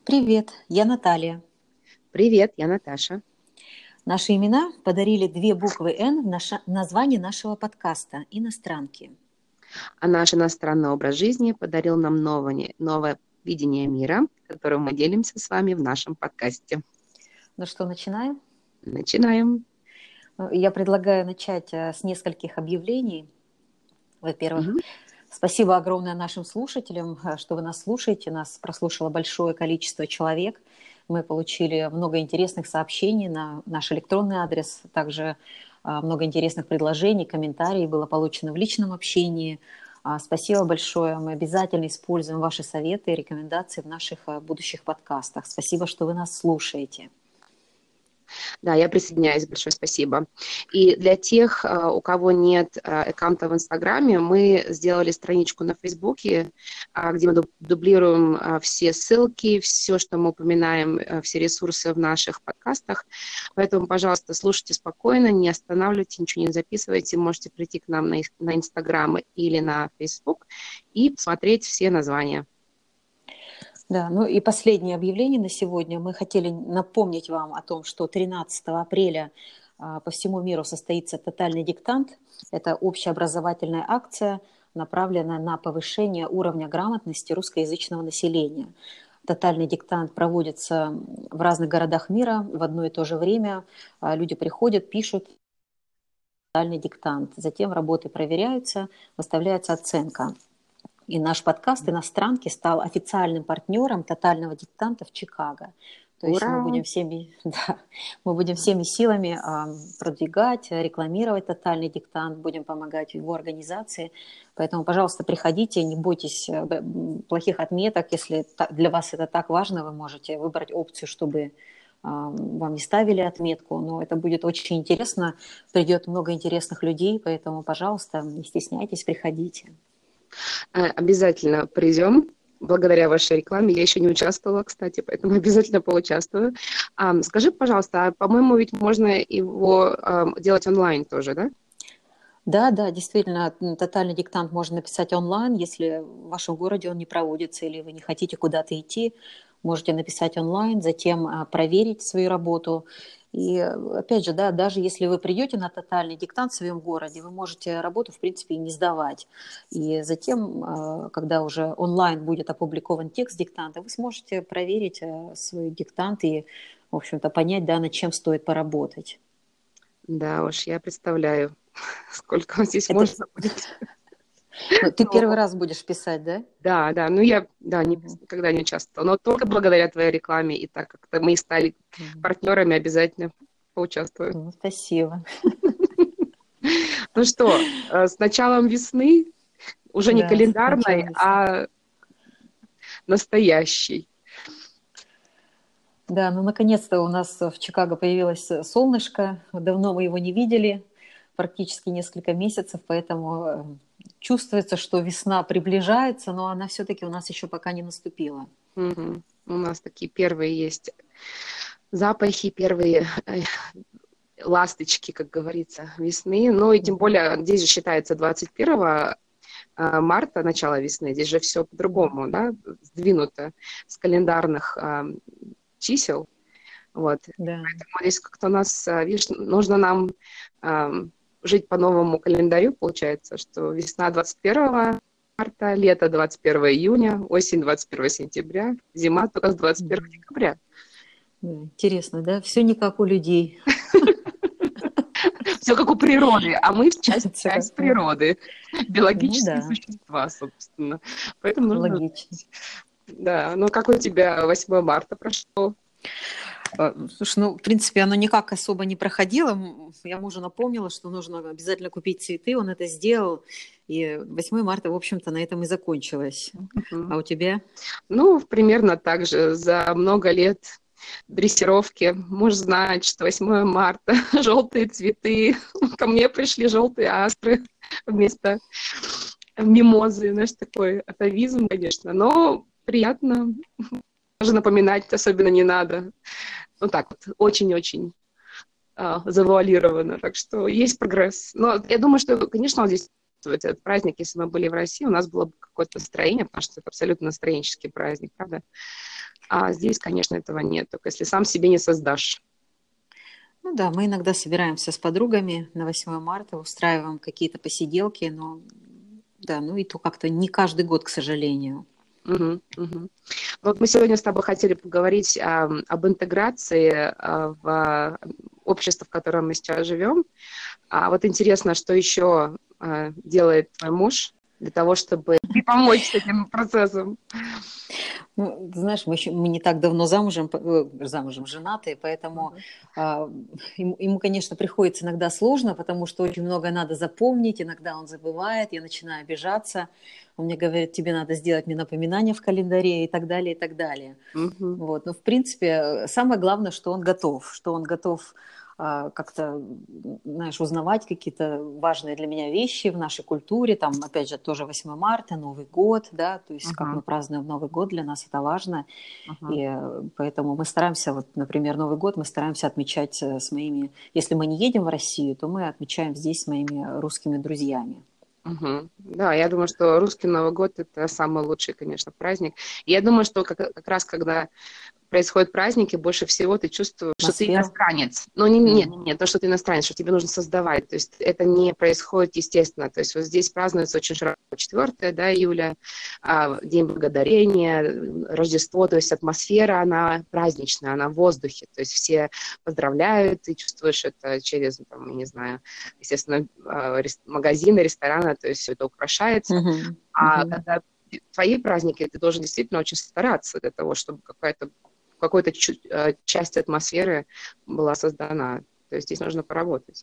Привет, я Наталья. Привет, я Наташа. Наши имена подарили две буквы «Н» в названии нашего подкаста «Иностранки». А наш иностранный образ жизни подарил нам новое видение мира, которым мы делимся с вами в нашем подкасте. Ну что, начинаем? Начинаем. Я предлагаю начать с нескольких объявлений. Во-первых, Мгм. спасибо огромное нашим слушателям, что вы нас слушаете. Нас прослушало большое количество человек. Мы получили много интересных сообщений на наш электронный адрес, также много интересных предложений, комментариев было получено в личном общении. Спасибо большое. Мы обязательно используем ваши советы и рекомендации в наших будущих подкастах. Спасибо, что вы нас слушаете. Да, я присоединяюсь, большое спасибо. И для тех, у кого нет аккаунта в Инстаграме, мы сделали страничку на Фейсбуке, где мы дублируем все ссылки, все, что мы упоминаем, все ресурсы в наших подкастах. Поэтому, пожалуйста, слушайте спокойно, не останавливайте, ничего не записывайте. Можете прийти к нам на Инстаграм или на Фейсбук и посмотреть все названия. Да, ну и последнее объявление на сегодня. Мы хотели напомнить вам о том, что 13 апреля по всему миру состоится тотальный диктант. Это общеобразовательная акция, направленная на повышение уровня грамотности русскоязычного населения. Тотальный диктант проводится в разных городах мира в одно и то же время. Люди приходят, пишут тотальный диктант. Затем работы проверяются, выставляется оценка. И наш подкаст «Иностранки» стал официальным партнером тотального диктанта в Чикаго. То есть мы Ура! будем всеми, да, мы будем всеми силами продвигать, рекламировать тотальный диктант, будем помогать его организации. Поэтому, пожалуйста, приходите, не бойтесь плохих отметок. Если для вас это так важно, вы можете выбрать опцию, чтобы вам не ставили отметку. Но это будет очень интересно. Придет много интересных людей, поэтому, пожалуйста, не стесняйтесь, приходите. Обязательно придем. Благодаря вашей рекламе я еще не участвовала, кстати, поэтому обязательно поучаствую. Скажи, пожалуйста, по-моему, ведь можно его делать онлайн тоже, да? Да, да, действительно, тотальный диктант можно написать онлайн, если в вашем городе он не проводится или вы не хотите куда-то идти, можете написать онлайн, затем проверить свою работу. И опять же, да, даже если вы придете на тотальный диктант в своем городе, вы можете работу, в принципе, и не сдавать. И затем, когда уже онлайн будет опубликован текст диктанта, вы сможете проверить свой диктант и, в общем-то, понять, да, над чем стоит поработать. Да уж, я представляю, сколько здесь Это, можно будет. ну, ты первый Но, раз будешь писать, да? да, ну я, да, Мгм. никогда не участвовала, но только благодаря твоей рекламе, и так как мы стали Мгм. партнерами, обязательно поучаствую. Ну, спасибо. Ну что, с началом весны, уже не Да, с календарной, началом весны. а настоящей. Да, ну наконец-то у нас в Чикаго появилось солнышко. Давно мы его не видели, практически несколько месяцев, поэтому чувствуется, что весна приближается, но она все-таки у нас еще пока не наступила. Мгм. У нас такие первые есть запахи, первые ласточки, как говорится, весны. Ну и тем Мгм. более здесь же считается 21 марта, начало весны. Здесь же все Мгм. по-другому, да, сдвинуто с календарных чисел. Вот. Да. Поэтому здесь как-то у нас, видишь, нужно нам жить по новому календарю, получается, что весна 21 марта, лето 21 июня, осень 21 сентября, зима только с 21 Мгм. декабря. Да, интересно, да? Все не как у людей. Все как у природы, а мы Всё часть как у- природы, Ну биологические да, существа, собственно. Поэтому нужно логично. жить. Да, ну как у тебя 8 марта прошло? Слушай, ну, в принципе, оно никак особо не проходило. Я мужу напомнила, что нужно обязательно купить цветы. Он это сделал. И 8 марта, в общем-то, на этом и закончилось. А Мгм. у тебя? Ну, примерно так же. За много лет дрессировки муж знает, что 8 марта желтые цветы. Ко мне пришли желтые астры вместо мимозы. Знаешь, такой атовизм, конечно, но приятно. Даже напоминать особенно не надо. Ну так вот, очень-очень завуалировано. Так что есть прогресс. Но я думаю, что, конечно, вот здесь этот праздник, если мы были в России, у нас было бы какое-то настроение, потому что это абсолютно настроенческий праздник, правда? А здесь, конечно, этого нет, только если сам себе не создашь. Ну да, мы иногда собираемся с подругами на 8 марта, устраиваем какие-то посиделки, но да, ну и то как-то не каждый год, к сожалению. Мгм, мгм. Вот мы сегодня с тобой хотели поговорить об интеграции в общество, в котором мы сейчас живем. А вот интересно, что еще делает твой муж для того, чтобы помочь с этим процессом? Ну, ты знаешь, мы не так давно замужем, женатые, поэтому Мгм. а, ему, конечно, приходится иногда сложно, потому что очень многое надо запомнить, иногда он забывает, я начинаю обижаться, он мне говорит, тебе надо сделать мне напоминание в календаре и так далее, и так далее. Мгм. Вот. Но, в принципе, самое главное, что он готов как-то, знаешь, узнавать какие-то важные для меня вещи в нашей культуре. Там, опять же, тоже 8 марта, Новый год, да, то есть как Мгм. мы празднуем Новый год, для нас это важно. Мгм. И поэтому мы стараемся, вот, например, Новый год мы стараемся отмечать с моими... Если мы не едем в Россию, то мы отмечаем здесь с моими русскими друзьями. Мгм. Да, я думаю, что русский Новый год – это самый лучший, конечно, праздник. И я думаю, что как раз когда происходят праздники, больше всего ты чувствуешь, что ты Атмосферу. иностранец. Но не то, что ты иностранец, что тебе нужно создавать. То есть это не происходит естественно. То есть вот здесь празднуется очень широко 4, да, июля, День Благодарения, Рождество. То есть атмосфера, она праздничная, она в воздухе. То есть все поздравляют, ты чувствуешь это через, там, я не знаю, естественно, магазины, рестораны, то есть все это украшается. Мгм. А Мгм. когда твои праздники, ты должен действительно очень стараться для того, чтобы какая-то часть атмосферы была создана. То есть здесь нужно поработать.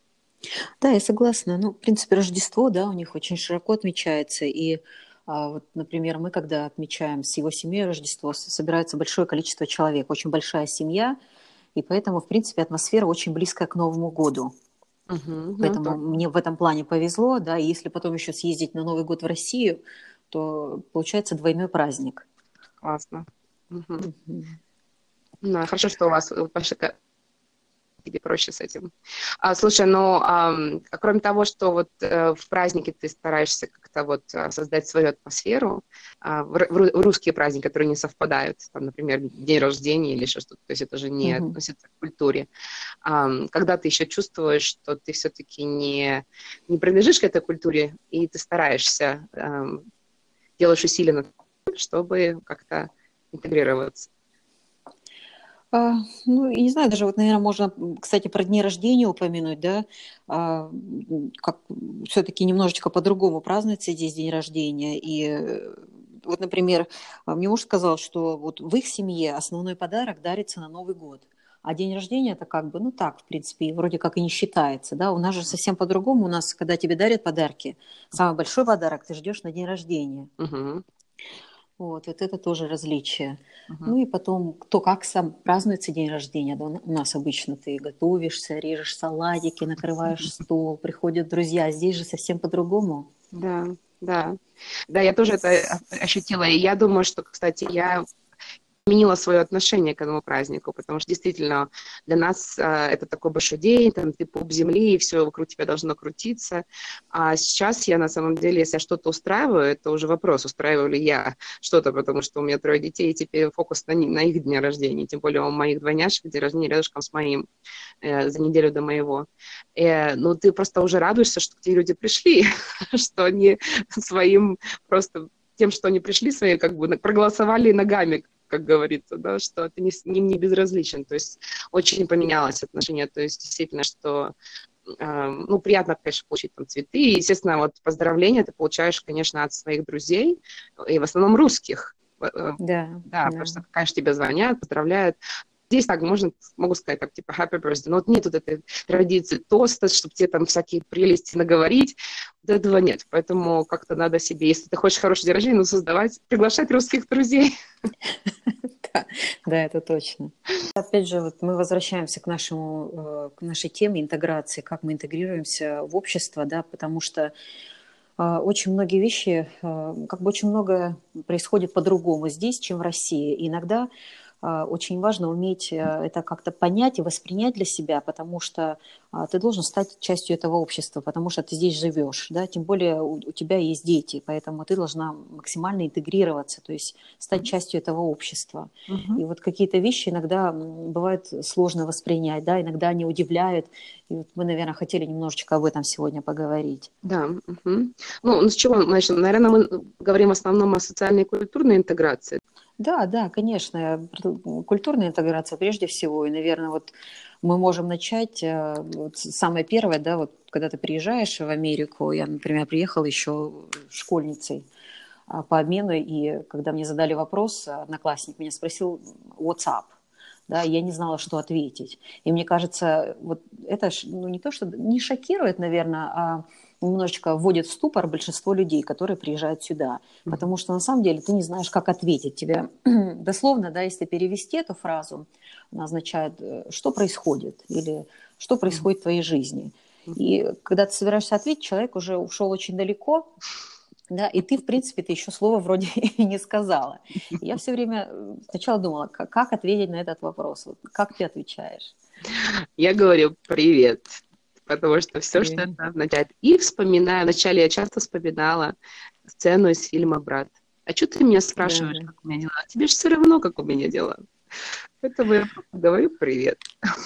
Да, я согласна. Ну, в принципе, Рождество, да, у них очень широко отмечается. И вот, например, мы, когда отмечаем с его семьей Рождество, собирается большое количество человек, очень большая семья, и поэтому, в принципе, атмосфера очень близкая к Новому году. Мгм. Ну, Поэтому точно. мне в этом плане повезло, да, и если потом еще съездить на Новый год в Россию, то получается двойной праздник. Классно. Мгм. Мгм. Да, хорошо, что у вас тебе проще с этим. Слушай, ну, кроме того, что вот в празднике ты стараешься как-то вот создать свою атмосферу, в русские праздники, которые не совпадают, там, например, день рождения или еще что-то, то есть это же не Мгм. относится к культуре. Когда ты еще чувствуешь, что ты все-таки не принадлежишь к этой культуре, и ты стараешься, делаешь усилия над тем, чтобы как-то интегрироваться. Ну, и не знаю, даже вот, наверное, можно, кстати, про дни рождения упомянуть, да, как все-таки немножечко по-другому празднуется здесь день рождения. И вот, например, мне муж сказал, что вот в их семье основной подарок дарится на Новый год. А день рождения это как бы, ну так, в принципе, вроде как и не считается, да. У нас же совсем по-другому. У нас, когда тебе дарят подарки, самый большой подарок ты ждешь на день рождения. Мгм. Вот это тоже различие. Мгм. Ну и потом, кто как сам празднуется день рождения. Да, у нас обычно ты готовишься, режешь салатики, накрываешь стол, приходят друзья. Здесь же совсем по-другому. Да, да. Да, я тоже это ощутила. И я думаю, что, кстати, я изменила свое отношение к этому празднику, потому что действительно для нас это такой большой день, там ты пуп земли, и все вокруг тебя должно крутиться. А сейчас я на самом деле, если я что-то устраиваю, это уже вопрос, устраиваю ли я что-то, потому что у меня 3 детей, и теперь фокус на их дне рождения, тем более у моих двойняшек день рождения рядышком с моим, за неделю до моего. Ну, ты просто уже радуешься, что те люди пришли, что они своим просто тем, что они пришли свои, как бы проголосовали ногами, как говорится, да, что ты им не безразличен. То есть очень поменялось отношение. То есть действительно, что ну, приятно, конечно, получить там цветы. И, естественно, вот поздравления ты получаешь, конечно, от своих друзей, и в основном русских. Да, Да, потому да. что, конечно, тебе звонят, поздравляют. Здесь так могу сказать, так, типа, happy birthday, но вот нет вот этой традиции тоста, чтобы тебе там всякие прелести наговорить, вот этого нет, поэтому как-то надо себе, если ты хочешь хороший день рождения, ну, приглашать русских друзей. Да, да, это точно. Опять же, вот мы возвращаемся к нашей теме интеграции, как мы интегрируемся в общество, да, потому что очень многие вещи, как бы очень многое происходит по-другому здесь, чем в России. И иногда очень важно уметь это как-то понять и воспринять для себя, потому что ты должен стать частью этого общества, потому что ты здесь живешь, да, тем более у тебя есть дети, поэтому ты должна максимально интегрироваться, то есть стать частью этого общества. И вот какие-то вещи иногда бывает сложно воспринять, да, иногда они удивляют. И вот мы, наверное, хотели немножечко об этом сегодня поговорить. Да. Ну, с чего начнем? Наверное, мы говорим в основном о социальной и культурной интеграции. Да, да, конечно, культурная интеграция прежде всего, и, наверное, вот мы можем начать, вот самое первое, да, вот когда ты приезжаешь в Америку, я, например, приехала еще школьницей по обмену, и когда мне задали вопрос, одноклассник меня спросил «What's up?», да, я не знала, что ответить. И мне кажется, вот это ну, не то, что не шокирует, наверное, а немножечко вводит в ступор большинство людей, которые приезжают сюда. Потому что на самом деле ты не знаешь, как ответить тебе. Дословно, да, если перевести эту фразу, она означает, что происходит или что происходит в твоей жизни. И когда ты собираешься ответить, человек уже ушел очень далеко, да, и ты, в принципе, ты еще слова вроде и не сказала. И я все время сначала думала, как ответить на этот вопрос. Вот как ты отвечаешь? Я говорю «привет», потому что все, что Привет. это означает. И вспоминаю, вначале я часто вспоминала сцену из фильма «Брат». А что ты меня Да, спрашиваешь, да. как у меня дела? Тебе же все равно, как у меня дела. Поэтому я просто говорю «привет».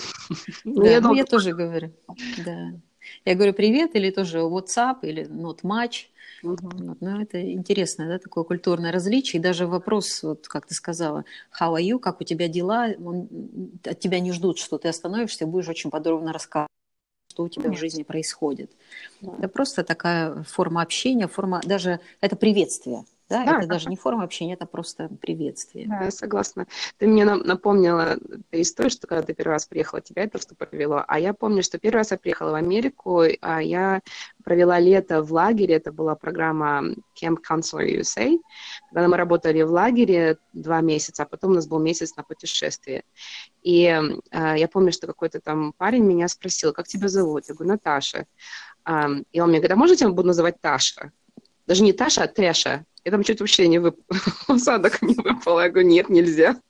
Ну, Да, я ну долго... я тоже говорю. Да. Я говорю привет или тоже WhatsApp или not much. Мгм. Вот, ну, это интересное, да, такое культурное различие. И даже вопрос, вот как ты сказала, how are you, как у тебя дела, от тебя не ждут, что ты остановишься и будешь очень подробно рассказывать, что у тебя в Нет, жизни происходит. да. Это просто такая форма общения, форма, даже это приветствие. Да, Да, это даже не форма общения, это просто приветствие. да, я согласна. Ты мне напомнила эту историю, что когда ты первый раз приехала, тебя это что привело. А я помню, что первый раз я приехала в Америку, а я провела лето в лагере. Это была программа Camp Counselor USA, когда мы работали в лагере 2 месяца, а потом у нас был месяц на путешествие. И я помню, что какой-то там парень меня спросил, как тебя зовут? Я говорю, Наташа. И он мне говорит, а можно я тебя буду называть Таша? Даже не Таша, а Тэша. Я там чуть вообще не осадок не выпало. Я говорю, нет, нельзя.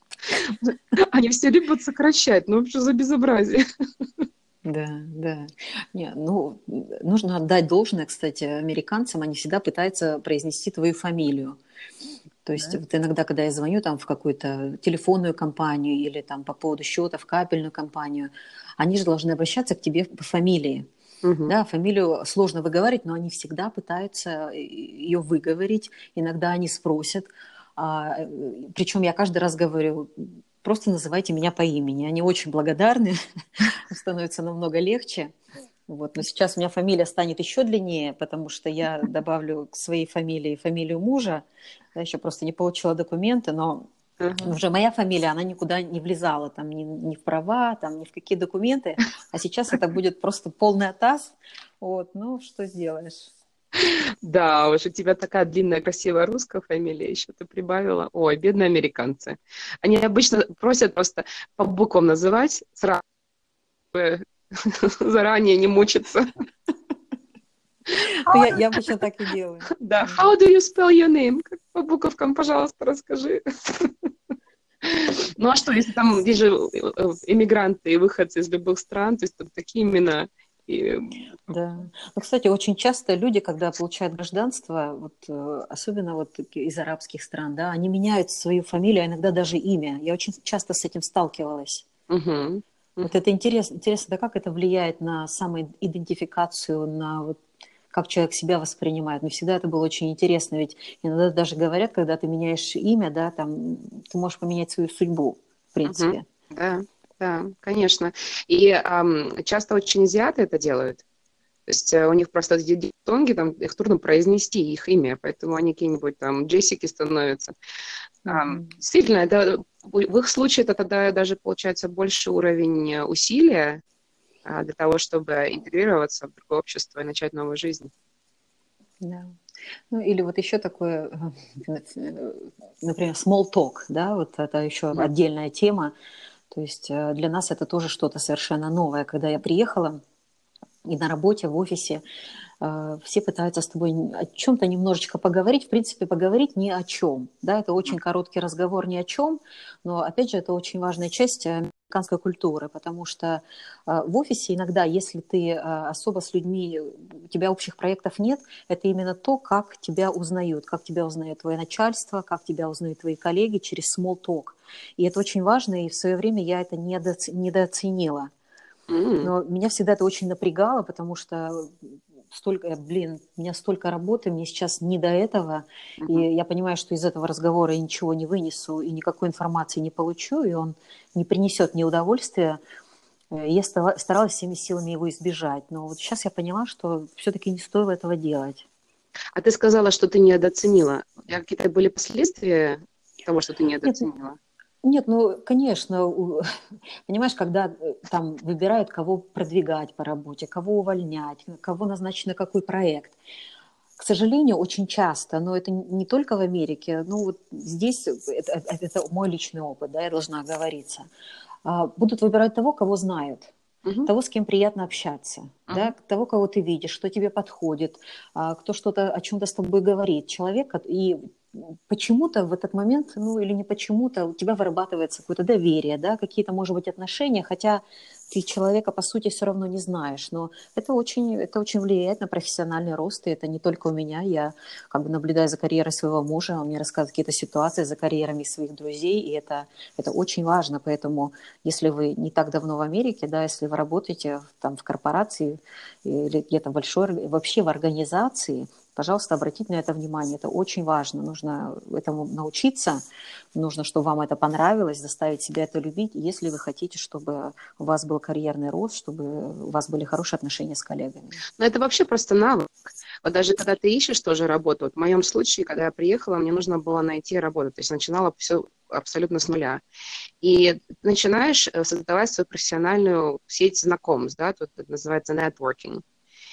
Они все любят сокращать. Ну, что за безобразие? Да, да. Не, ну, нужно отдать должное, кстати, американцам, они всегда пытаются произнести твою фамилию. То есть Да. вот иногда, когда я звоню там в какую-то телефонную компанию или там по поводу счета в капельную компанию, они же должны обращаться к тебе по фамилии. Мгм. Да, фамилию сложно выговаривать, но они всегда пытаются ее выговорить. Иногда они спросят. Причем я каждый раз говорю, просто называйте меня по имени. Они очень благодарны, становится намного легче. Вот. Но сейчас у меня фамилия станет еще длиннее, потому что я добавлю к своей фамилии фамилию мужа. Я еще просто не получила документы, но Ага. уже моя фамилия, она никуда не влезала, там, ни в права, там, ни в какие документы. А сейчас это будет просто полный атас. Вот, ну, что сделаешь? Да, уж у тебя такая длинная, красивая русская фамилия, еще ты прибавила. Ой, бедные американцы. Они обычно просят просто по буквам называть, сразу заранее не мучиться. Ну, я обычно так и делаю. Да, Мгм. how do you spell your name? Как по буковкам, пожалуйста, расскажи. Ну а что, если там, здесь же иммигранты и выходцы из любых стран, то есть там такие имена. И... Да. Ну, кстати, очень часто люди, когда получают гражданство, вот, особенно вот из арабских стран, да, они меняют свою фамилию, а иногда даже имя. Я очень часто с этим сталкивалась. Мгм. Вот это интересно, интересно, да, как это влияет на самоидентификацию, на вот, как человек себя воспринимает. Мне всегда это было очень интересно, ведь иногда даже говорят, когда ты меняешь имя, да, там, ты можешь поменять свою судьбу, в Мгм. принципе. Да, да, конечно. И часто очень азиаты это делают. То есть у них просто эти дифтонги, там, их трудно произнести, их имя, поэтому они какие-нибудь там Джессики становятся. Мгм. Действительно, это, в их случае это тогда даже получается больше уровень усилия для того, чтобы интегрироваться в другое общество и начать новую жизнь. Да. Ну, или вот еще такое, например, small talk, да, вот это еще Мгм. отдельная тема. То есть для нас это тоже что-то совершенно новое. Когда я приехала и на работе, в офисе, все пытаются с тобой о чем-то немножечко поговорить, в принципе, поговорить ни о чем. Да, это очень короткий разговор ни о чем, но, опять же, это очень важная часть американской культуры, потому что в офисе иногда, если ты особо с людьми, у тебя общих проектов нет, это именно то, как тебя узнают, как тебя узнает твое начальство, как тебя узнают твои коллеги через small talk. И это очень важно, и в свое время я это недооценила. М. Но меня всегда это очень напрягало, потому что у меня столько работы, мне сейчас не до этого, и Мгм. я понимаю, что из этого разговора я ничего не вынесу и никакой информации не получу, и он не принесет мне удовольствия. Я старалась всеми силами его избежать, но вот сейчас я поняла, что все-таки не стоило этого делать. А ты сказала, что ты недооценила. Какие-то были последствия того, что ты Нет, недооценила? нет, ну, конечно, понимаешь, когда там выбирают, кого продвигать по работе, кого увольнять, кого назначить на какой проект. К сожалению, очень часто, но это не только в Америке, ну вот здесь это мой личный опыт, да, я должна оговориться, будут выбирать того, кого знают, Мгм. того, с кем приятно общаться, Мгм. да, того, кого ты видишь, что тебе подходит, кто что-то о чем-то с тобой говорит, человек, и почему-то в этот момент, ну или не почему-то, у тебя вырабатывается какое-то доверие, да, какие-то, может быть, отношения, хотя ты человека, по сути, все равно не знаешь, но это очень влияет на профессиональный рост, и это не только у меня, я как бы наблюдаю за карьерой своего мужа, он мне рассказывает какие-то ситуации, за карьерами своих друзей, и это очень важно, поэтому если вы не так давно в Америке, да, если вы работаете там в корпорации или где-то большой, вообще в организации, пожалуйста, обратите на это внимание. Это очень важно. Нужно этому научиться. Нужно, чтобы вам это понравилось, заставить себя это любить. Если вы хотите, чтобы у вас был карьерный рост, чтобы у вас были хорошие отношения с коллегами. Но это вообще просто навык. Вот даже когда ты ищешь тоже работу, вот в моем случае, когда я приехала, мне нужно было найти работу, то есть начинала все абсолютно с нуля. И начинаешь создавать свою профессиональную сеть знакомств, да, тут это называется networking.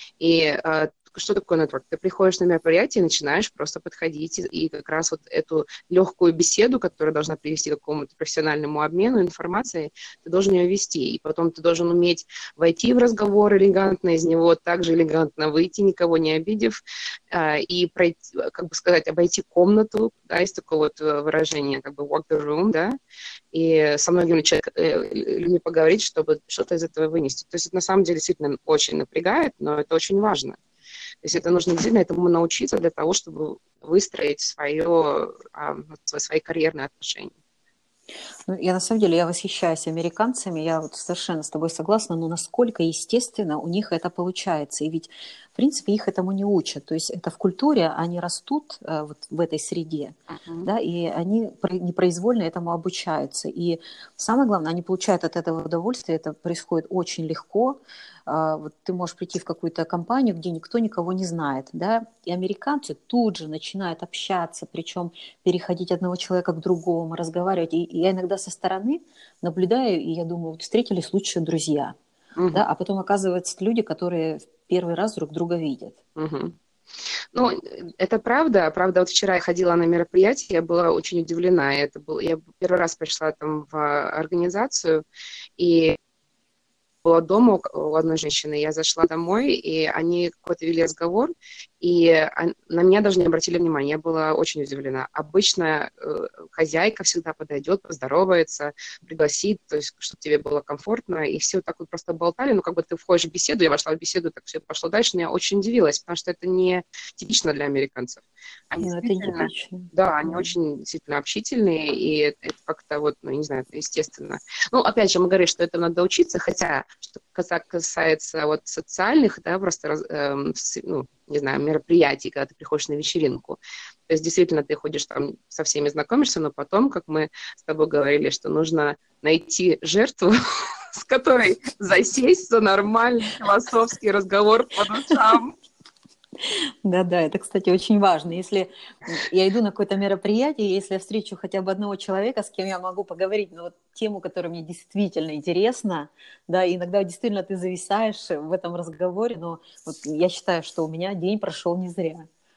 И что такое нетворк? Ты приходишь на мероприятие и начинаешь просто подходить, и как раз вот эту легкую беседу, которая должна привести к какому-то профессиональному обмену информацией, ты должен ее вести. И потом ты должен уметь войти в разговор элегантно, из него также элегантно выйти, никого не обидев, и пройти, как бы сказать, обойти комнату, да, есть такое вот выражение, как бы walk the room, да, и со многими людьми поговорить, чтобы что-то из этого вынести. То есть это на самом деле действительно очень напрягает, но это очень важно. То есть это нужно действительно этому научиться для того, чтобы выстроить свои карьерные отношения. Ну, я на самом деле я восхищаюсь американцами, я вот совершенно с тобой согласна, но насколько естественно у них это получается. И ведь, в принципе, их этому не учат. То есть это в культуре, они растут вот в этой среде, Мгм. да, и они непроизвольно этому обучаются. И самое главное, они получают от этого удовольствие, это происходит очень легко. Вот ты можешь прийти в какую-то компанию, где никто никого не знает, да, и американцы тут же начинают общаться, причем переходить от одного человека к другому, разговаривать. И я иногда со стороны наблюдаю, и я думаю, вот встретились лучшие друзья, Мгм. да, а потом оказывается люди, которые в первый раз друг друга видят. Мгм. Ну, это правда. Правда, вот вчера я ходила на мероприятие, я была очень удивлена. Я первый раз пришла там в организацию, и была дома у одной женщины, я зашла домой, и они какой-то вели разговор, и на меня даже не обратили внимания, я была очень удивлена. Обычно хозяйка всегда подойдет, поздоровается, пригласит, то есть, чтобы тебе было комфортно, и все вот так вот просто болтали, ну, как бы ты входишь в беседу, я вошла в беседу, так все пошло дальше, но я очень удивилась, потому что это не типично для американцев. Они Но это действительно, нетипично. да, они Да. очень действительно общительные, и это как-то вот, ну, не знаю, это естественно. Ну, опять же, мы говорим, что это надо учиться, хотя, что касается вот социальных, да, просто, ну, не знаю, мероприятий, когда ты приходишь на вечеринку. То есть, действительно, ты ходишь там, со всеми знакомишься, но потом, как мы с тобой говорили, что нужно найти жертву, с которой засесть за нормальный философский разговор по душам. Да-да, это, кстати, очень важно. Если я иду на какое-то мероприятие, если я встречу хотя бы одного человека, с кем я могу поговорить на вот тему, которая мне действительно интересна, да, и иногда действительно ты зависаешь в этом разговоре, но вот я считаю, что у меня день прошел не зря.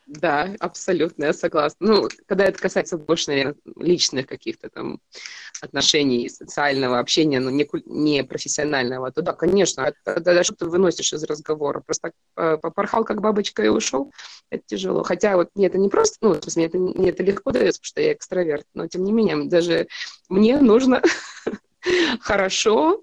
Да, абсолютно, я согласна. Ну, когда это касается больше, наверное, личных каких-то там отношений, социального общения, но не профессионального, то да, конечно, это что ты выносишь из разговора. Просто так попорхал, как бабочка, и ушел, это тяжело. Хотя вот мне это не просто, ну, в смысле, мне это легко дается, потому что я экстраверт, но тем не менее, даже мне нужно хорошо,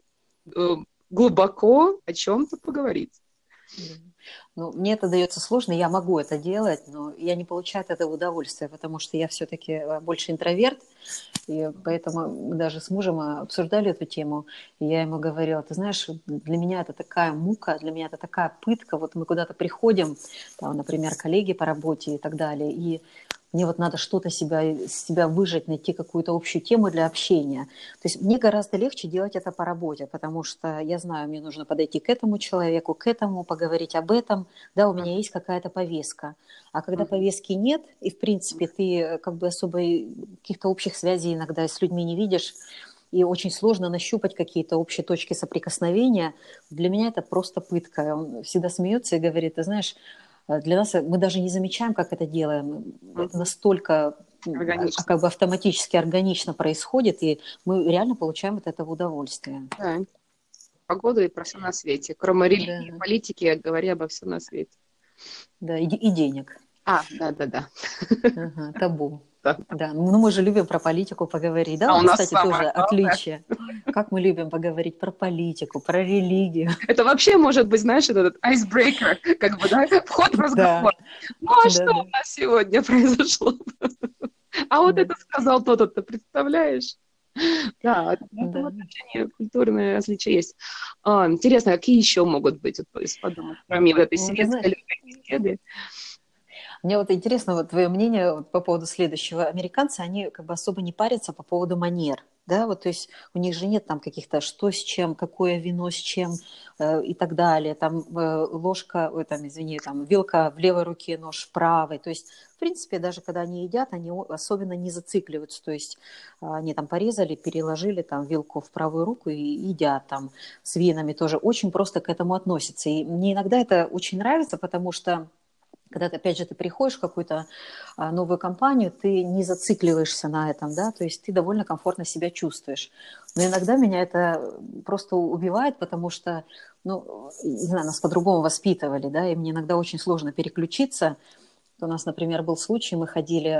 глубоко о чем-то поговорить. Да. Ну, мне это дается сложно, я могу это делать, но я не получаю от этого удовольствия, потому что я все-таки больше интроверт, и поэтому мы даже с мужем обсуждали эту тему, и я ему говорила, ты знаешь, для меня это такая мука, для меня это такая пытка, вот мы куда-то приходим, там, например, коллеги по работе и так далее, и мне вот надо что-то себя выжать, найти какую-то общую тему для общения. То есть мне гораздо легче делать это по работе, потому что я знаю, мне нужно подойти к этому человеку, к этому, поговорить об этом. Да, у меня есть какая-то повестка. А когда повестки нет, и, в принципе, ты как бы особо каких-то общих связей иногда с людьми не видишь, и очень сложно нащупать какие-то общие точки соприкосновения, для меня это просто пытка. Он всегда смеется и говорит, ты знаешь, для нас мы даже не замечаем, как это делаем. Это настолько Органично. как бы автоматически, органично происходит, и мы реально получаем от этого удовольствие. Да. Погоду и про все на свете. Кроме религии, Да, политики, говори обо всем на свете. да, и денег. Да. Ага, табу. Да. Да, ну мы же любим про политику поговорить. Да, А вот, у нас кстати, самое тоже главное. отличие. Как мы любим поговорить про политику, про религию. Это вообще может быть, знаешь, этот icebreaker, как бы, да, вход в Да, разговор. Ну, а да, что да, у нас сегодня произошло? А вот да, это сказал тот-то, ты представляешь? Да, это да. вот очень культурные различия есть. Интересно, какие еще могут быть, вот, если подумать, кроме вот этой Ну, ты знаешь, светской легкой беседы? мне вот интересно вот твое мнение вот по поводу следующего. Американцы, они как бы особо не парятся по поводу манер, да, вот, то есть у них же нет там каких-то что с чем, какое вино с чем и так далее, там ложка, ой, там, извини, там вилка в левой руке, нож в правой, то есть, в принципе, даже когда они едят, они особенно не зацикливаются, то есть они там порезали, переложили там вилку в правую руку и едят там с винами тоже, очень просто к этому относятся, и мне иногда это очень нравится, потому что когда ты, опять же, ты приходишь в какую-то новую компанию, ты не зацикливаешься на этом, да, то есть ты довольно комфортно себя чувствуешь. Но иногда меня это просто убивает, потому что, ну, не знаю, нас по-другому воспитывали, да, и мне иногда очень сложно переключиться. У нас, например, был случай, мы ходили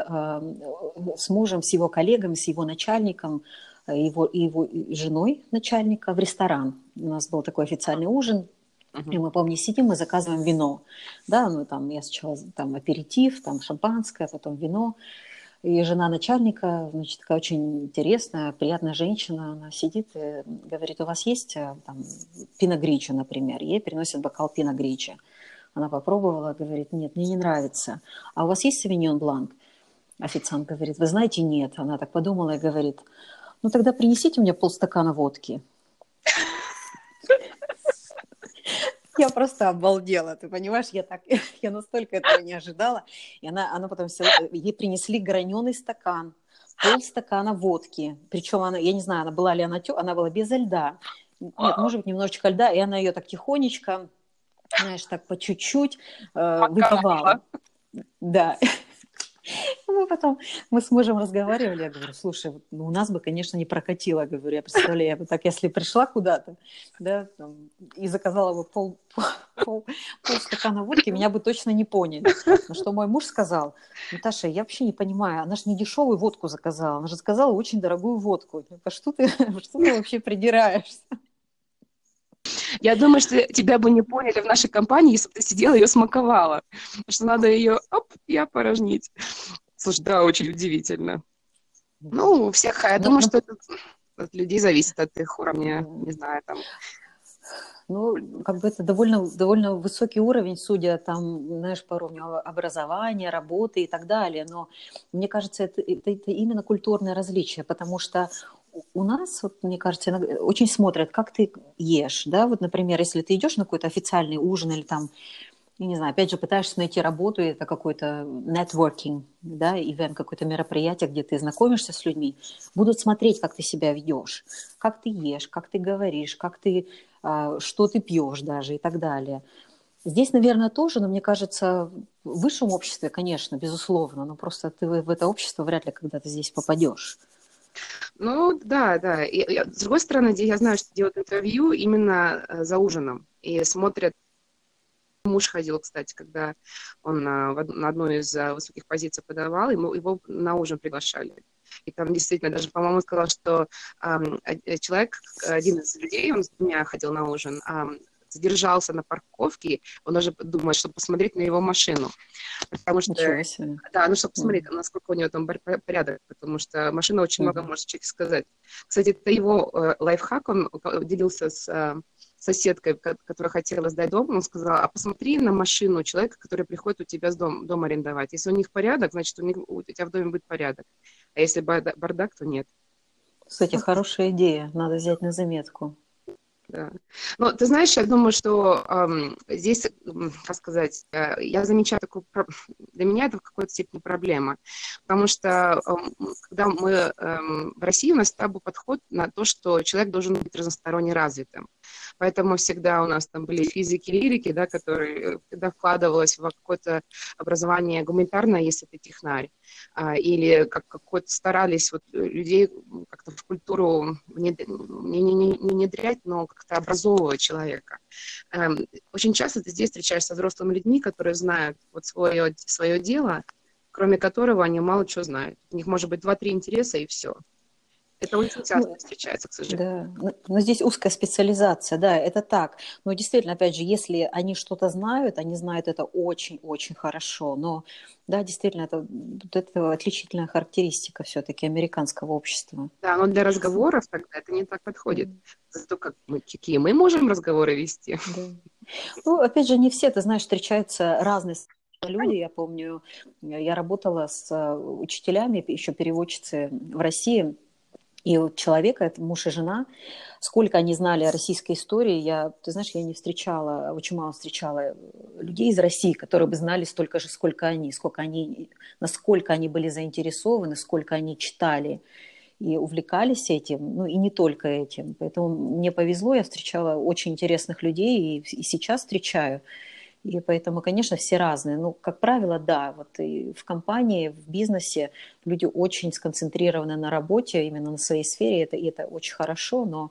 с мужем, с его коллегами, с его начальником, его женой начальника в ресторан. У нас был такой официальный ужин, и Мгм. мы, помню, сидим, мы заказываем вино. Да, ну там я сначала там аперитив, там шампанское, потом вино. И жена начальника, значит, такая очень интересная, приятная женщина, она сидит и говорит, у вас есть там пино гричо, например. Ей приносят бокал пино гричо. Она попробовала, говорит, нет, мне не нравится. А у вас есть савиньон бланк? Официант говорит, вы знаете, нет. Она так подумала и говорит, ну тогда принесите мне полстакана водки. Я просто обалдела, ты понимаешь, я настолько этого не ожидала. И она потом ей принесли граненый стакан, полстакана водки. Причем она, я не знаю, она была ли она была без льда. Нет, Вау, может быть, немножечко льда, и она ее так тихонечко, знаешь, так по чуть-чуть поколола. выпивала. Да, мы с мужем разговаривали, я говорю, слушай, ну, у нас бы, конечно, не прокатило, говорю, я представляю, я бы так, если пришла куда-то, да, там, и заказала бы полстакана водки, меня бы точно не поняли. На что мой муж сказал, Наташа, я вообще не понимаю, она же не дешевую водку заказала, она же заказала очень дорогую водку. А что ты вообще придираешься? Я думаю, что тебя бы не поняли в нашей компании, если бы ты сидела и ее смаковала. Потому что надо ее, оп, и опорожнить. Слушай, да, очень удивительно. Ну, у всех, я думаю, Ну, что это от людей зависит, от их уровня, да. не знаю, там. Ну, как бы это довольно высокий уровень, судя там, знаешь, по уровню образования, работы и так далее. Но мне кажется, это именно культурное различие, потому что у нас, вот, мне кажется, очень смотрят, как ты ешь, да, вот, например, если ты идешь на какой-то официальный ужин или там, я не знаю, опять же, пытаешься найти работу, и это какой-то networking, да, ивент, какое-то мероприятие, где ты знакомишься с людьми, будут смотреть, как ты себя ведешь, как ты ешь, как ты говоришь, что ты пьешь даже и так далее. Здесь, наверное, тоже, но мне кажется, в высшем обществе, конечно, безусловно, но просто ты в это общество вряд ли когда-то здесь попадешь. Ну, да, да. С другой стороны, я знаю, что делают интервью именно за ужином. И смотрят. Муж ходил, кстати, когда он на одной из высоких позиций подавал, его на ужин приглашали. И там действительно даже, по-моему, сказал, что человек, один из людей, он с двумя ходил на ужин, задержался на парковке, он уже думает, чтобы посмотреть на его машину. Потому что, Ничего себе. да, ну, чтобы посмотреть, насколько у него там порядок, потому что машина очень много может человек сказать. Кстати, это его лайфхак, он делился с соседкой, которая хотела сдать дом, он сказал, а посмотри на машину человека, который приходит у тебя дом арендовать. Если у них порядок, значит, у тебя в доме будет порядок. А если бардак, то нет. Кстати, хорошая идея, надо взять на заметку. Да. Но ты знаешь, я думаю, что здесь, как сказать, я замечаю такую, для меня это в какой-то степени проблема, потому что когда мы в России, у нас табу подход на то, что человек должен быть разносторонне развитым. Поэтому всегда у нас там были физики, лирики, да, которые всегда вкладывалось в какое-то образование гуманитарное, если ты технарь, или какой-то старались вот людей как-то в культуру не внедрять, но как-то образовывать человека. Очень часто ты здесь встречаешься с взрослыми людьми, которые знают вот свое дело, кроме которого они мало чего знают. У них может быть 2-3 интереса, и все. Это очень часто встречается, к сожалению. Да, но здесь узкая специализация, да, это так. Но действительно, опять же, если они что-то знают, они знают это очень-очень хорошо. Но да, действительно, это отличительная характеристика все-таки американского общества. Да, но для разговоров тогда это не так подходит. Зато какие мы можем разговоры вести. Да. Ну, опять же, не все, ты знаешь, встречаются разные люди. Я помню, я работала с учителями, еще переводчицы в России. И вот человека, это муж и жена, сколько они знали о российской истории, ты знаешь, я не встречала, очень мало встречала людей из России, которые бы знали столько же, сколько они, насколько они были заинтересованы, сколько они читали и увлекались этим, ну и не только этим. Поэтому мне повезло, я встречала очень интересных людей и сейчас встречаю. И поэтому, конечно, все разные. Ну, как правило, да, вот и в компании, в бизнесе люди очень сконцентрированы на работе, именно на своей сфере, и это очень хорошо, но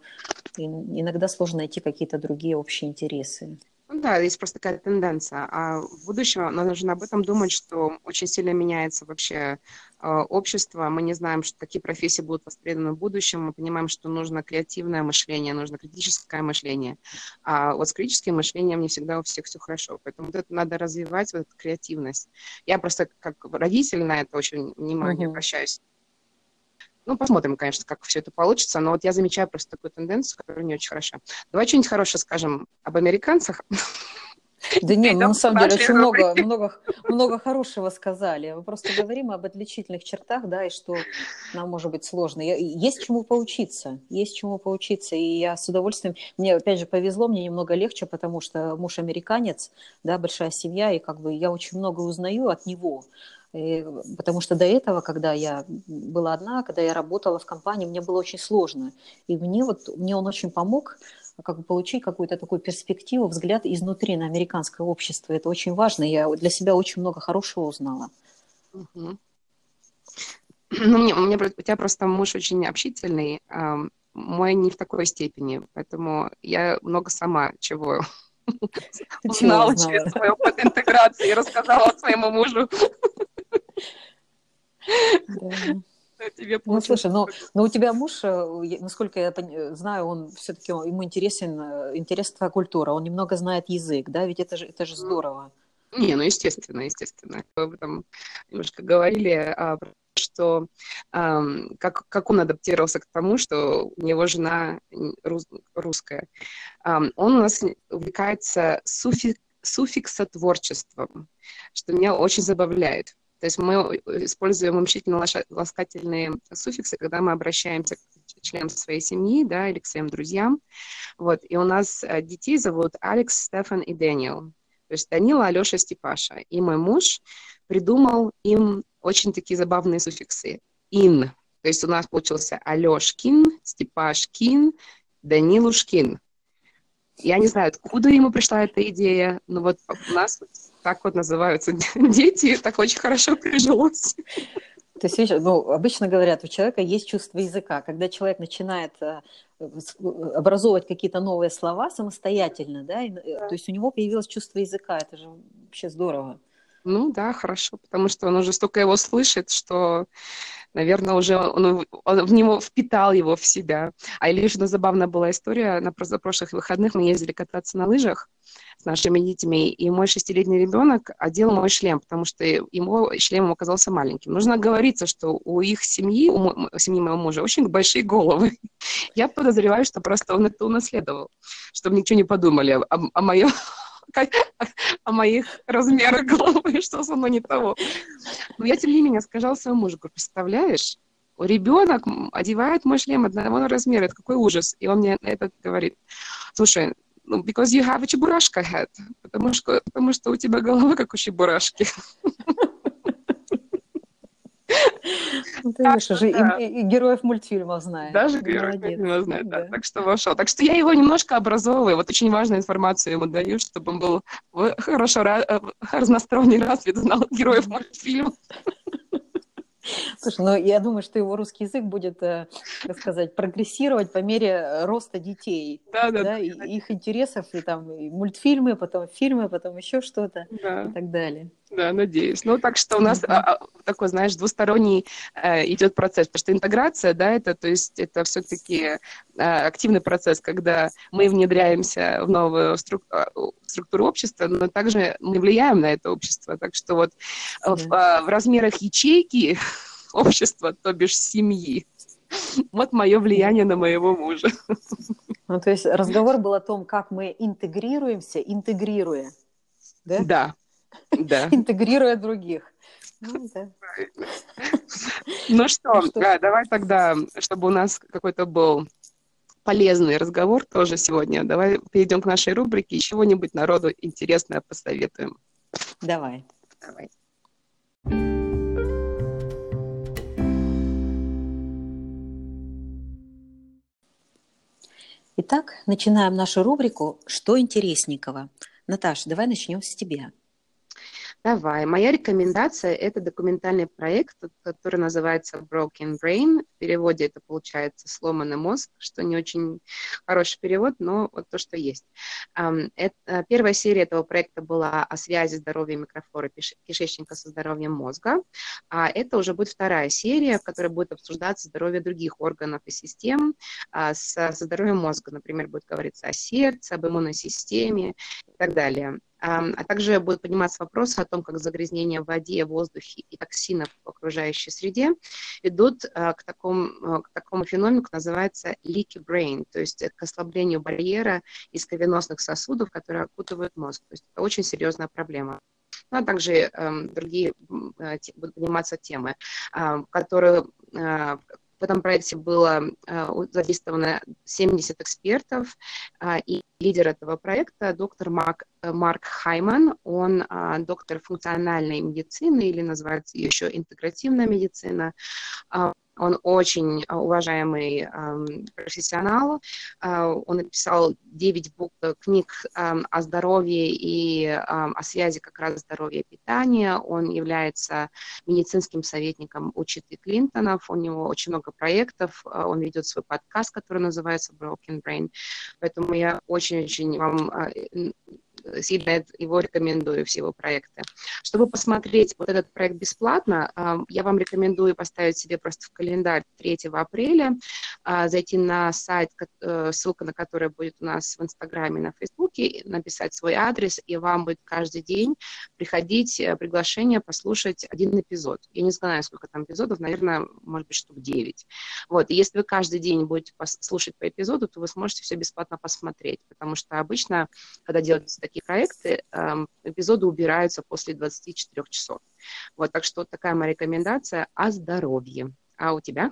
иногда сложно найти какие-то другие общие интересы. Ну да, есть просто такая тенденция. А в будущем нам нужно об этом думать, что очень сильно меняется вообще общество. Мы не знаем, что какие профессии будут востребованы в будущем. Мы понимаем, что нужно креативное мышление, нужно критическое мышление. А вот с критическим мышлением не всегда у всех все хорошо. Поэтому вот это надо развивать, вот эту креативность. Я просто как родитель на это очень внимание обращаюсь. Ну, посмотрим, конечно, как все это получится, но вот я замечаю просто такую тенденцию, которая не очень хороша. Давай что-нибудь хорошее скажем об американцах. Да нет, ну, на самом деле очень много хорошего сказали. Мы просто говорим об отличительных чертах, да, и что нам может быть сложно. Есть чему поучиться, и я с удовольствием... Мне, опять же, повезло, мне немного легче, потому что муж американец, да, большая семья, и как бы я очень много узнаю от него. Потому что до этого, когда я была одна, когда я работала в компании, мне было очень сложно. И мне он очень помог как бы получить какую-то такую перспективу, взгляд изнутри на американское общество. Это очень важно. Я для себя очень много хорошего узнала. Ну, у тебя просто муж очень общительный, мой не в такой степени, поэтому я много сама чего узнала через свой опыт интеграции и рассказала своему мужу. Ну, слушай, но у тебя муж, насколько я знаю, он все-таки ему интересна твоя культура, он немного знает язык, да, ведь это же здорово. Не, ну естественно. Мы об этом немножко говорили, что как он адаптировался к тому, что у него жена русская. Он у нас увлекается суффиксотворчеством, что меня очень забавляет. То есть мы используем уменьшительно-ласкательные суффиксы, когда мы обращаемся к членам своей семьи, да, или к своим друзьям. Вот. И у нас детей зовут Алекс, Стефан и Дэниел. То есть Данила, Алеша, Степаша. И мой муж придумал им очень такие забавные суффиксы. Ин. То есть у нас получился Алешкин, Степашкин, Данилушкин. Я не знаю, откуда ему пришла эта идея, но вот у нас так вот называются дети, так очень хорошо прижилось. То есть, видишь, ну, обычно говорят, у человека есть чувство языка. Когда человек начинает образовывать какие-то новые слова самостоятельно, да, то есть у него появилось чувство языка. Это же вообще здорово. Ну да, хорошо, потому что он уже столько его слышит, что, наверное, уже он в него впитал его в себя. А или еще забавная была история, на прошлых выходных мы ездили кататься на лыжах с нашими детьми, и мой 6-летний ребенок одел мой шлем, потому что ему шлем оказался маленьким. Нужно оговориться, что у их семьи, у семьи моего мужа, очень большие головы. Я подозреваю, что просто он это унаследовал, чтобы ничего не подумали о моих размерах головы, что со мной не того. Но я, тем не менее, сказала своему мужу, говорю, представляешь, ребенок одевает мой шлем одного размера, это какой ужас. И он мне на это говорит, слушай, ну, because you have a чебурашка head, потому что у тебя голова как у чебурашки. Ты видишь, уже и героев мультфильмов знает. Даже героев мультфильмов знает, да. Так что вошел. Так что я его немножко образовываю. Вот очень важную информацию ему даю, чтобы он был хорошо разносторонне развит, знал героев мультфильмов. Слушай, ну я думаю, что его русский язык будет, так сказать, прогрессировать по мере роста детей, да, и их интересов, и там и мультфильмы, потом фильмы, потом еще что-то и так далее. Да, надеюсь. Ну, так что у нас такой, знаешь, двусторонний идет процесс, потому что интеграция, да, это все-таки активный процесс, когда мы внедряемся в новую структуру общества, но также мы влияем на это общество. Так что вот в размерах ячейки общества, то бишь семьи, вот мое влияние на моего мужа. Ну, то есть разговор был о том, как мы интегрируемся, интегрируя, да? Да. Да. Интегрируя других. Ну что, давай тогда, чтобы у нас какой-то был полезный разговор тоже сегодня, давай перейдем к нашей рубрике и чего-нибудь народу интересное посоветуем. Давай. Итак, начинаем нашу рубрику «Что интересненького?». Наташ, давай начнем с тебя. Давай. Моя рекомендация – это документальный проект, который называется Broken Brain. В переводе это получается «сломанный мозг», что не очень хороший перевод, но вот то, что есть. Первая серия этого проекта была о связи здоровья микрофлоры кишечника со здоровьем мозга. А это уже будет вторая серия, в которой будет обсуждаться здоровье других органов и систем со здоровьем мозга. Например, будет говориться о сердце, об иммунной системе и так далее. А также будет подниматься вопрос о том, как загрязнение в воде, в воздухе и токсинов в окружающей среде ведут к такому феномену, как называется leaky brain, то есть к ослаблению барьера из кровеносных сосудов, которые окутывают мозг. То есть это очень серьезная проблема. Ну, а также другие будут подниматься темы, которые... В этом проекте было задействовано 70 экспертов, и лидер этого проекта доктор Марк Хайман, он доктор функциональной медицины, или называется еще интегративная медицина. Он очень уважаемый профессионал. Он написал 9 книг о здоровье и о связи как раз здоровья и питания. Он является медицинским советником у Читы Клинтонов. У него очень много проектов. Он ведет свой подкаст, который называется Broken Brain. Поэтому я очень-очень вам сильно его рекомендую, все его проекты. Чтобы посмотреть вот этот проект бесплатно, я вам рекомендую поставить себе просто в календарь 3 апреля, зайти на сайт, ссылка на который будет у нас в Инстаграме, на Фейсбуке, написать свой адрес, и вам будет каждый день приходить приглашение послушать один эпизод. Я не знаю, сколько там эпизодов, наверное, может быть, штук 9. Вот. И если вы каждый день будете слушать по эпизоду, то вы сможете все бесплатно посмотреть, потому что обычно, когда делаются такие проекты, эпизоды убираются после 24 часов. Вот, так что вот такая моя рекомендация о здоровье. А у тебя?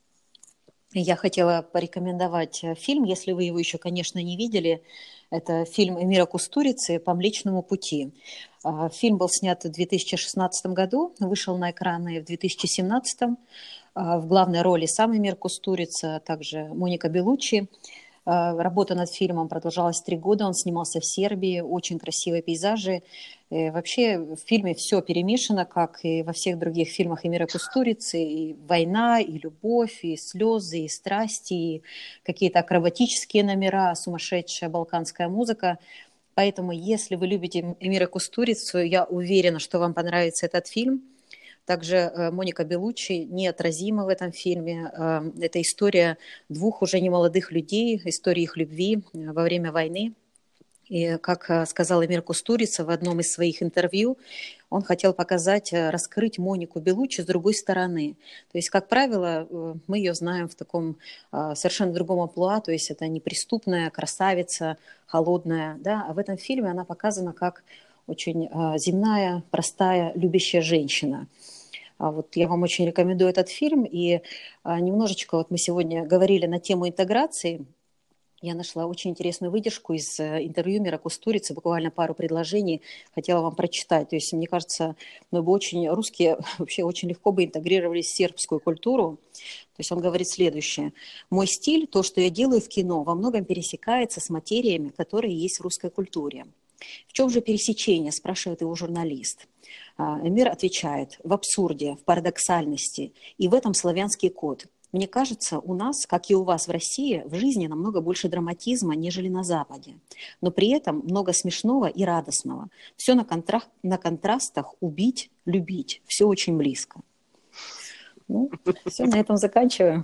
Я хотела порекомендовать фильм, если вы его еще, конечно, не видели. Это фильм Эмира Кустурицы «По Млечному пути». Фильм был снят в 2016 году, вышел на экраны в 2017. В главной роли сам Эмир Кустурица, а также Моника Беллуччи. Работа над фильмом продолжалась 3 года, он снимался в Сербии, очень красивые пейзажи. Вообще в фильме все перемешано, как и во всех других фильмах Эмира Кустурицы. И война, и любовь, и слезы, и страсти, и какие-то акробатические номера, сумасшедшая балканская музыка. Поэтому, если вы любите Эмира Кустурицу, я уверена, что вам понравится этот фильм. Также Моника Беллуччи неотразима в этом фильме. Это история двух уже немолодых людей, история их любви во время войны. И, как сказал Эмир Кустурица в одном из своих интервью, он хотел показать, раскрыть Монику Беллуччи с другой стороны. То есть, как правило, мы ее знаем в таком совершенно другом амплуа, то есть это неприступная красавица, холодная, да, а в этом фильме она показана как очень земная, простая, любящая женщина. Вот я вам очень рекомендую этот фильм. И немножечко вот мы сегодня говорили на тему интеграции. Я нашла очень интересную выдержку из интервью Мира Кустурицы, буквально пару предложений хотела вам прочитать. То есть, мне кажется, мы бы очень, русские вообще очень легко бы интегрировались в сербскую культуру. То есть он говорит следующее. «Мой стиль, то, что я делаю в кино, во многом пересекается с материями, которые есть в русской культуре». «В чем же пересечение?» – спрашивает его журналист. Эмир отвечает: в абсурде, в парадоксальности, и в этом славянский код. Мне кажется, у нас, как и у вас в России, в жизни намного больше драматизма, нежели на Западе. Но при этом много смешного и радостного. Все на контрастах убить, любить. Все очень близко. Ну, все, на этом заканчиваем.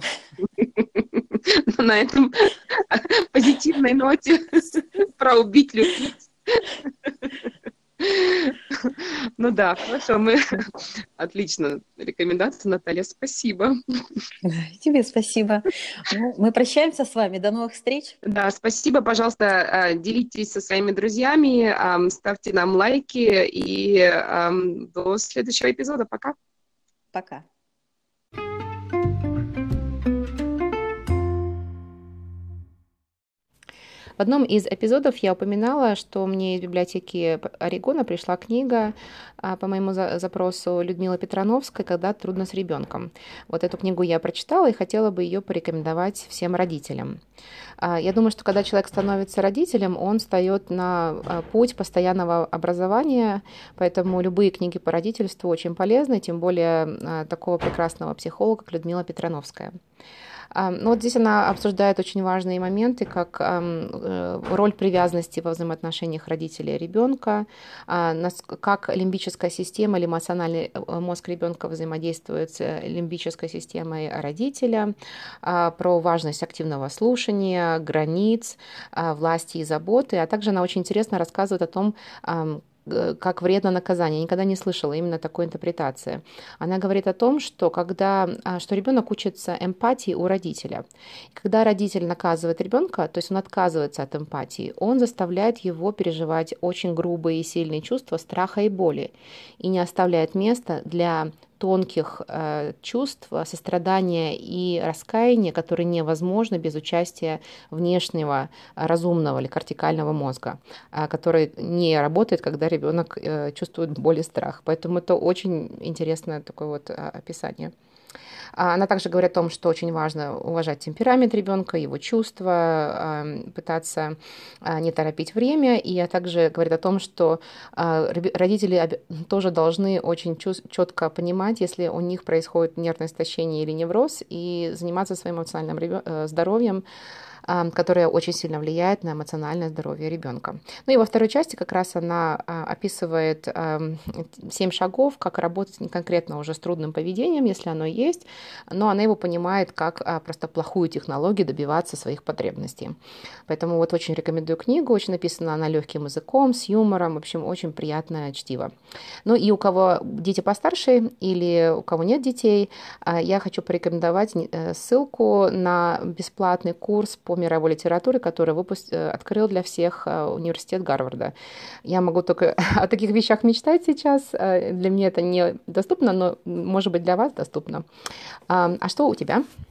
На этом позитивной ноте про убить, любить. Ну да, хорошо, Отлично. Рекомендация, Наталья, спасибо. Тебе спасибо. Ну, мы прощаемся с вами. До новых встреч. Да, спасибо. Пожалуйста, делитесь со своими друзьями, ставьте нам лайки и до следующего эпизода. Пока. Пока. В одном из эпизодов я упоминала, что мне из библиотеки Орегона пришла книга по моему запросу Людмилы Петрановской «Когда трудно с ребенком». Вот эту книгу я прочитала и хотела бы ее порекомендовать всем родителям. Я думаю, что когда человек становится родителем, он встает на путь постоянного образования, поэтому любые книги по родительству очень полезны, тем более такого прекрасного психолога, как Людмила Петрановская. Ну, вот здесь она обсуждает очень важные моменты, как роль привязанности во взаимоотношениях родителя и ребенка, как лимбическая система или эмоциональный мозг ребенка взаимодействует с лимбической системой родителя, про важность активного слушания, границ, власти и заботы, а также она очень интересно рассказывает о том, как вредно наказание. Я никогда не слышала именно такой интерпретации. Она говорит о том, что что ребенок учится эмпатии у родителя. Когда родитель наказывает ребенка, то есть он отказывается от эмпатии, он заставляет его переживать очень грубые и сильные чувства страха и боли и не оставляет места для тонких чувств, сострадания и раскаяния, которые невозможны без участия внешнего разумного или кортикального мозга, который не работает, когда ребенок чувствует боль и страх. Поэтому это очень интересное такое вот описание. Она также говорит о том, что очень важно уважать темперамент ребенка, его чувства, пытаться не торопить время. И также говорит о том, что родители тоже должны очень четко понимать, если у них происходит нервное истощение или невроз, и заниматься своим эмоциональным здоровьем, которая очень сильно влияет на эмоциональное здоровье ребенка. Ну и во второй части как раз она описывает 7 шагов, как работать не конкретно уже с трудным поведением, если оно есть, но она его понимает как просто плохую технологию добиваться своих потребностей. Поэтому вот очень рекомендую книгу, очень написана она легким языком, с юмором, в общем, очень приятное чтиво. Ну и у кого дети постарше или у кого нет детей, я хочу порекомендовать ссылку на бесплатный курс по мировой литературе, который открыл для всех университет Гарварда. Я могу только о таких вещах мечтать сейчас. Для меня это не доступно, но, может быть, для вас доступно. А что у тебя?